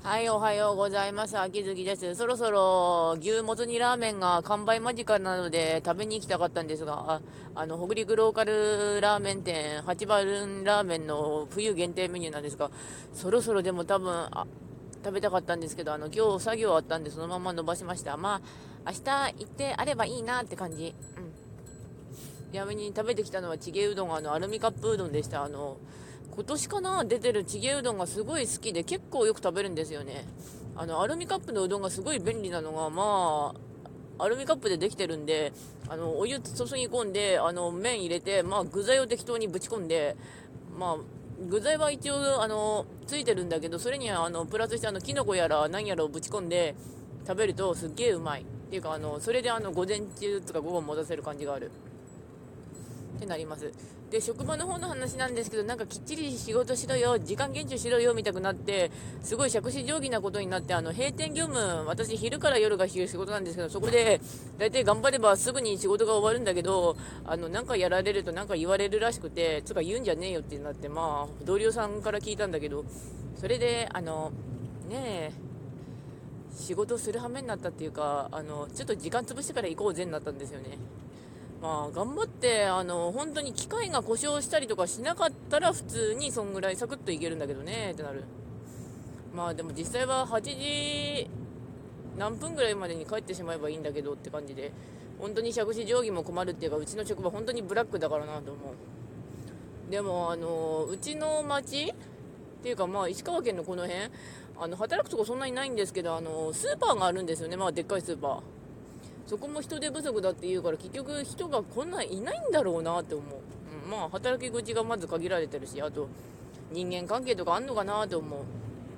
はい、おはようございます。秋月です。そろそろ牛もつ煮ラーメンが完売間近なので食べに行きたかったんですが、北陸ローカルラーメン店、八番ラーメンの冬限定メニューなんですが、そろそろでも多分、食べたかったんですけど、今日作業あったんでそのまま伸ばしました。まあ、明日行ってあればいいなって感じ。うん。ちなみに食べてきたのはチゲうどん、アルミカップうどんでした。今年かな出てるチゲうどんがすごい好きで結構よく食べるんですよね。アルミカップのうどんがすごい便利なのが、アルミカップでできてるんで、お湯注ぎ込んで、麺入れて、具材を適当にぶち込んで、まあ、具材は一応、ついてるんだけど、それには、プラスして、キノコやら何やらをぶち込んで食べるとすっげえうまい。っていうか、それで、午前中とか午後持たせる感じがある。ってなります。で、職場の方の話なんですけど、なんかきっちり仕事しろよ、時間厳守しろよみたくなって、すごい杓子定規なことになって、閉店業務、私昼から夜が仕事なんですけど、そこで大体頑張ればすぐに仕事が終わるんだけど、なんかやられるとなんか言われるらしくて、つか言うんじゃねえよってなって、同僚さんから聞いたんだけど、それで、ねえ、仕事する羽目になったっていうか、ちょっと時間潰してから行こうぜになったんですよね。頑張って、本当に機械が故障したりとかしなかったら普通にそんぐらいサクッといけるんだけどねってなる。でも実際は8時何分ぐらいまでに帰ってしまえばいいんだけどって感じで、本当に杓子定規も困るっていうか、うちの職場本当にブラックだからなと思う。でもうちの町っていうか、石川県のこの辺、働くとこそんなにないんですけど、スーパーがあるんですよね。でっかいスーパー。そこも人手不足だって言うから、結局人がこんなんいないんだろうなって思う。働き口がまず限られてるし、あと人間関係とかあんのかなって思う。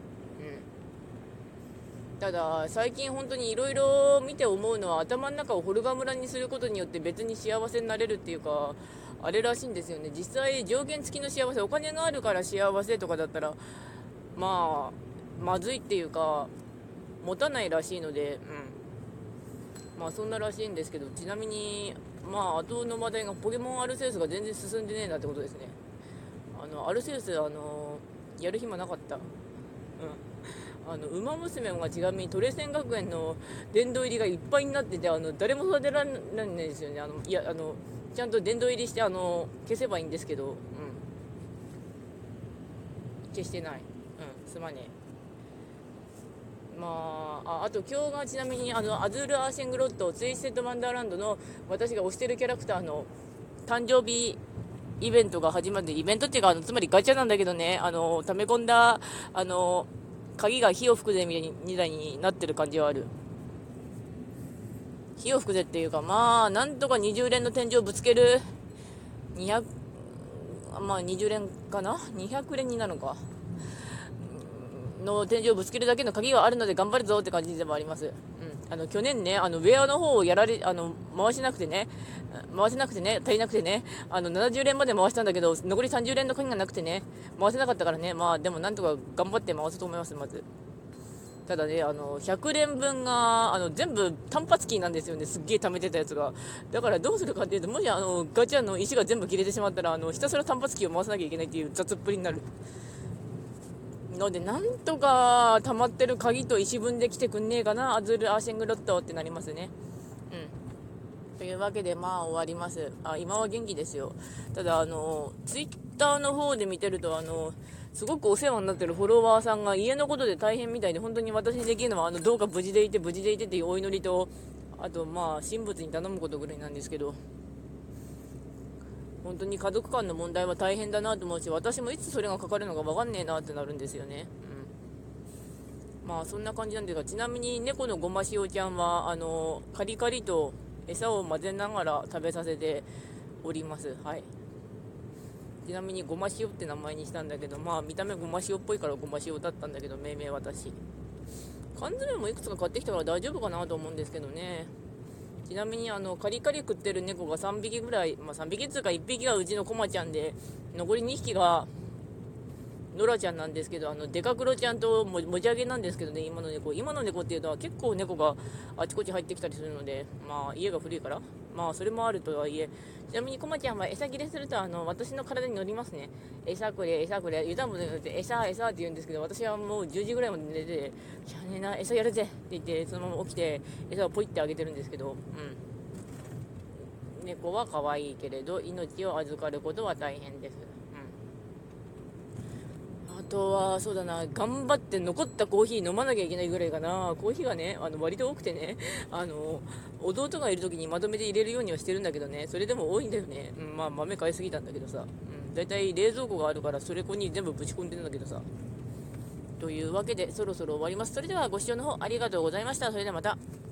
ただ最近本当にいろいろ見て思うのは、頭の中をホルガムラにすることによって別に幸せになれるっていうか、あれらしいんですよね。実際条件付きの幸せ、お金があるから幸せとかだったら、まずいっていうか持たないらしいので、そんならしいんですけど、ちなみに後の話題がポケモンアルセウスが全然進んでねえなってことですね。アルセウスやる暇なかった。馬娘がちなみにトレセン学園の殿堂入りがいっぱいになってて、誰も育てられないんですよね。ちゃんと殿堂入りして消せばいいんですけど、消してない。すまねえ。あと今日がちなみにアズール・アーシェングロッドツイステッド・ワンダーランドの私が推してるキャラクターの誕生日イベントが始まって、イベントっていうかつまりガチャなんだけどね、溜め込んだ鍵が火を吹くぜみたいになってる感じはある。火を吹くぜっていうか、なんとか20連の天井をぶつける。200、20連かな、200連になるのかの天井をぶつけるだけの鍵があるので頑張るぞって感じでもあります。去年ね、ウェアの方を回しなくてね、足りなくてね、70連まで回したんだけど、残り30連の鍵がなくてね、回せなかったからね、でもなんとか頑張って回すと思います、まず。ただね、100連分が、全部単発キーなんですよね、すっげえ貯めてたやつが。だからどうするかっていうと、もしガチャの石が全部切れてしまったら、ひたすら単発キーを回さなきゃいけないっていう雑っぷりになる。ので、なんとか溜まってる鍵と石分で来てくんねえかな、アズール・アーシェングロットってなりますね。というわけで、終わります。今は元気ですよ。ただ、ツイッターの方で見てると、すごくお世話になってるフォロワーさんが家のことで大変みたいで、本当に私にできるのは、どうか無事でいて、無事でいてっていうお祈りと、あと、神仏に頼むことぐらいなんですけど、本当に家族間の問題は大変だなと思うし、私もいつそれがかかるのか分かんねえなってなるんですよね。そんな感じなんですが、ちなみに猫のごま塩ちゃんはカリカリと餌を混ぜながら食べさせております。はい。ちなみにごま塩って名前にしたんだけど、見た目ごま塩っぽいからごま塩だったんだけど、命名私。缶詰もいくつか買ってきたから大丈夫かなと思うんですけどね。ちなみにカリカリ食ってる猫が3匹ぐらい、3匹っていうか1匹がうちのコマちゃんで、残り2匹がノラちゃんなんですけど、デカクロちゃんとも持ち上げなんですけどね、今の猫っていうのは結構猫があちこち入ってきたりするので、まあ家が古いから、まあそれもあるとはいえ、ちなみにコマちゃんは餌切れすると私の体に乗りますね。餌くれ餌くれ、湯たんぽで餌餌って言うんですけど、私はもう10時ぐらいまで寝て、しゃあねえな餌やるぜって言ってそのまま起きて餌をポイってあげてるんですけど、猫は可愛いけれど命を預かることは大変です。あとはそうだな、頑張って残ったコーヒー飲まなきゃいけないぐらいかな。コーヒーがね割と多くてね、弟がいる時にまとめて入れるようにはしてるんだけどね、それでも多いんだよね。まあ豆買いすぎたんだけどさ、だいたい冷蔵庫があるからそれこに全部ぶち込んでるんだけどさ。というわけでそろそろ終わります。それではご視聴の方ありがとうございました。それではまた。